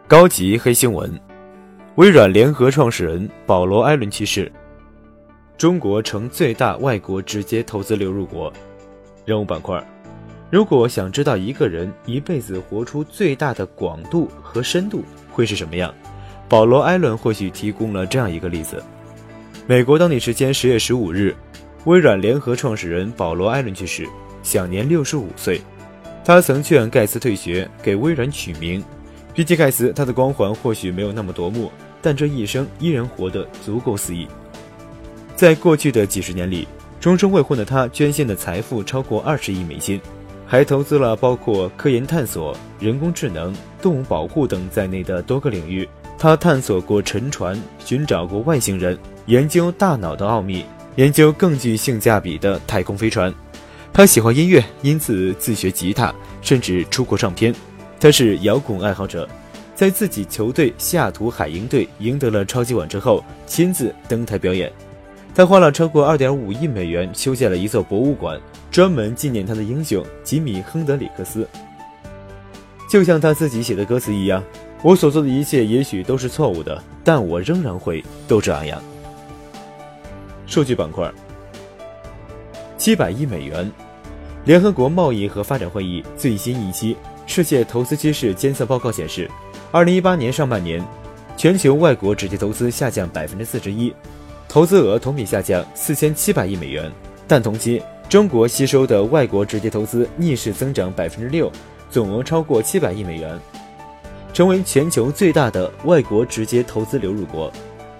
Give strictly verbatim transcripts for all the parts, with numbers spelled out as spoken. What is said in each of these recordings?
高级黑新闻：微软联合创始人保罗·埃伦去世。中国成最大外国直接投资流入国。人物板块：如果想知道一个人一辈子活出最大的广度和深度会是什么样，保罗·埃伦或许提供了这样一个例子。美国当地时间十月十五日，微软联合创始人保罗·埃伦去世，享年六十五岁。他曾劝盖茨退学，给微软取名。比起盖茨，他的光环或许没有那么夺目，但这一生依然活得足够肆意。在过去的几十年里，终生未婚的他捐献的财富超过二十亿美金，还投资了包括科研探索、人工智能、动物保护等在内的多个领域。他探索过沉船，寻找过外星人，研究大脑的奥秘，研究更具性价比的太空飞船。他喜欢音乐，因此自学吉他，甚至出过唱片。他是摇滚爱好者，在自己球队西雅图海鹰队赢得了超级碗之后，亲自登台表演。他花了超过 二点五亿美元修建了一座博物馆，专门纪念他的英雄吉米·亨德里克斯。就像他自己写的歌词一样，我所做的一切也许都是错误的，但我仍然会斗志昂扬。数据板块：七百亿美元。联合国贸易和发展会议最新一期世界投资趋势监测报告显示，二零一八年上半年，全球外国直接投资下降 百分之四十一， 投资额同比下降四千七百亿美元。但同期，中国吸收的外国直接投资逆势增长 百分之六， 总额超过七百亿美元，成为全球最大的外国直接投资流入国。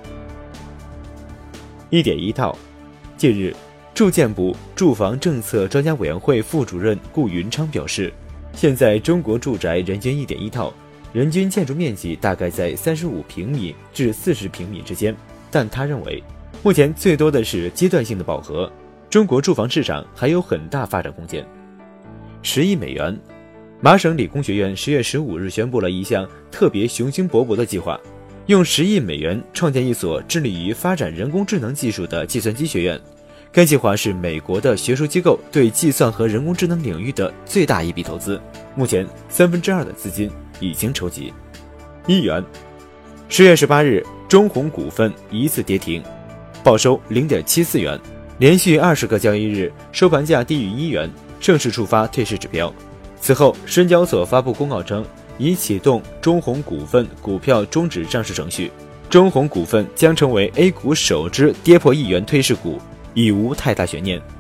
一点一套。近日，住建部住房政策专家委员会副主任顾云昌表示，现在中国住宅人均 一点一套，人均建筑面积大概在三十五平米至四十平米之间，但他认为目前最多的是阶段性的饱和，中国住房市场还有很大发展空间。十亿美元。麻省理工学院十月十五日宣布了一项特别雄心勃勃的计划，用十亿美元创建一所致力于发展人工智能技术的计算机学院。该计划是美国的学术机构对计算和人工智能领域的最大一笔投资，目前三分之二的资金已经筹集。一元。十月十八日，中弘股份一次跌停，报收 零点七四元，连续二十个交易日收盘价低于一元，正式触发退市指标。此后，深交所发布公告称，已启动中弘股份股票终止上市程序，中弘股份将成为 A 股首支跌破一元退市股，已无太大悬念。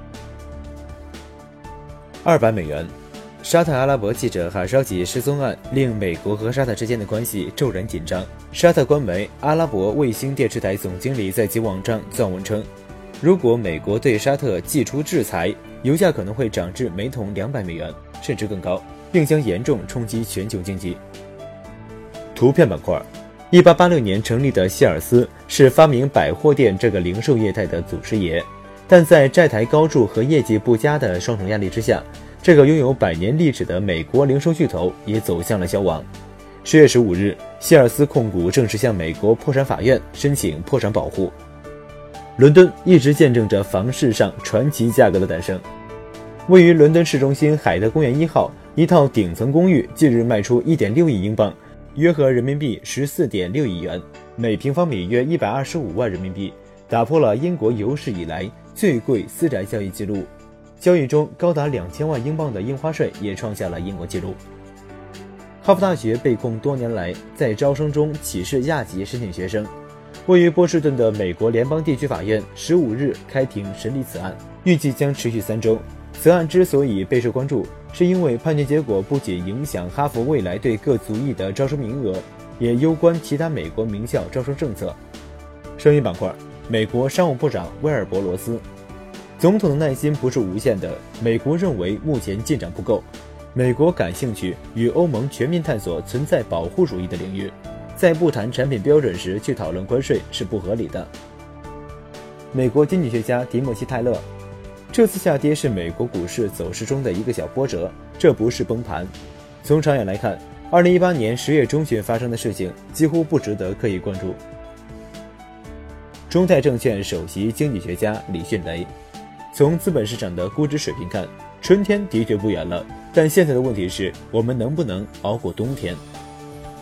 二百美元。沙特阿拉伯记者哈绍吉失踪案令美国和沙特之间的关系骤然紧张。沙特官媒阿拉伯卫星电视台总经理在其网站撰文称，如果美国对沙特祭出制裁，油价可能会涨至每桶两百美元，甚至更高，并将严重冲击全球经济。图片板块。一八八六年成立的谢尔斯是发明百货店这个零售业态的祖师爷，但在债台高筑和业绩不佳的双重压力之下，这个拥有百年历史的美国零售巨头也走向了消亡。十月十五日，谢尔斯控股正式向美国破产法院申请破产保护。伦敦一直见证着房市上传奇价格的诞生。位于伦敦市中心海德公园一号一套顶层公寓近日卖出 一点六亿英镑，约合人民币 十四点六亿元，每平方米约一百二十五万人民币，打破了英国有史以来最贵私宅交易记录。交易中高达两千万英镑的印花税也创下了英国纪录。哈佛大学被控多年来在招生中歧视亚籍申请学生。位于波士顿的美国联邦地区法院十五日开庭审理此案，预计将持续三周。此案之所以备受关注，是因为判决结果不仅影响哈佛未来对各族裔的招生名额，也攸关其他美国名校招生政策。声音板块。美国商务部长威尔伯罗斯。总统的耐心不是无限的，美国认为目前进展不够。美国感兴趣与欧盟全面探索存在保护主义的领域，在不谈产品标准时去讨论关税是不合理的。美国经济学家迪莫西·泰勒。这次下跌是美国股市走势中的一个小波折，这不是崩盘。从长远来看，二零一八年十月中旬发生的事情几乎不值得刻意关注。中泰证券首席经济学家李迅雷。从资本市场的估值水平看，春天的确不远了，但现在的问题是我们能不能熬过冬天。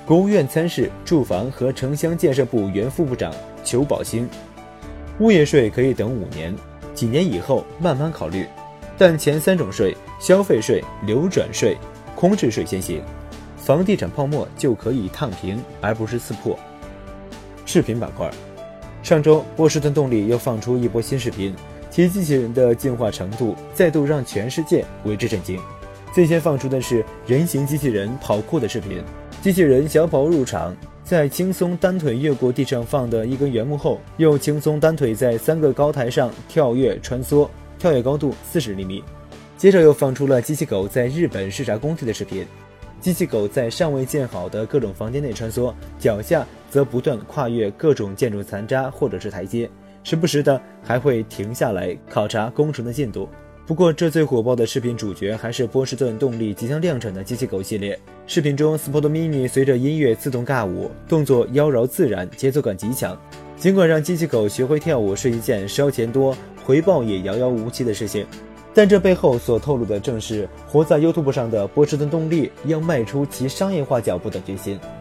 国务院参事、住房和城乡建设部原副部长裘保兴。物业税可以等五年，几年以后慢慢考虑，但前三种税——消费税、流转税、空置税先行，房地产泡沫就可以烫平，而不是刺破。视频板块，上周波士顿动力又放出一波新视频，其机器人的进化程度再度让全世界为之震惊。最先放出的是人形机器人跑酷的视频，机器人小跑入场，在轻松单腿越过地上放的一根原木后，又轻松单腿在三个高台上跳跃穿梭，跳跃高度四十厘米。接着又放出了机器狗在日本视察工地的视频，机器狗在尚未建好的各种房间内穿梭，脚下则不断跨越各种建筑残渣或者是台阶，时不时的还会停下来考察工程的进度。不过这最火爆的视频主角还是波士顿动力即将量产的机器狗系列。视频中 Sport Mini 随着音乐自动尬舞，动作妖娆自然，节奏感极强。尽管让机器狗学会跳舞是一件烧钱多回报也遥遥无期的事情，但这背后所透露的正是活在 YouTube 上的波士顿动力要迈出其商业化脚步的决心。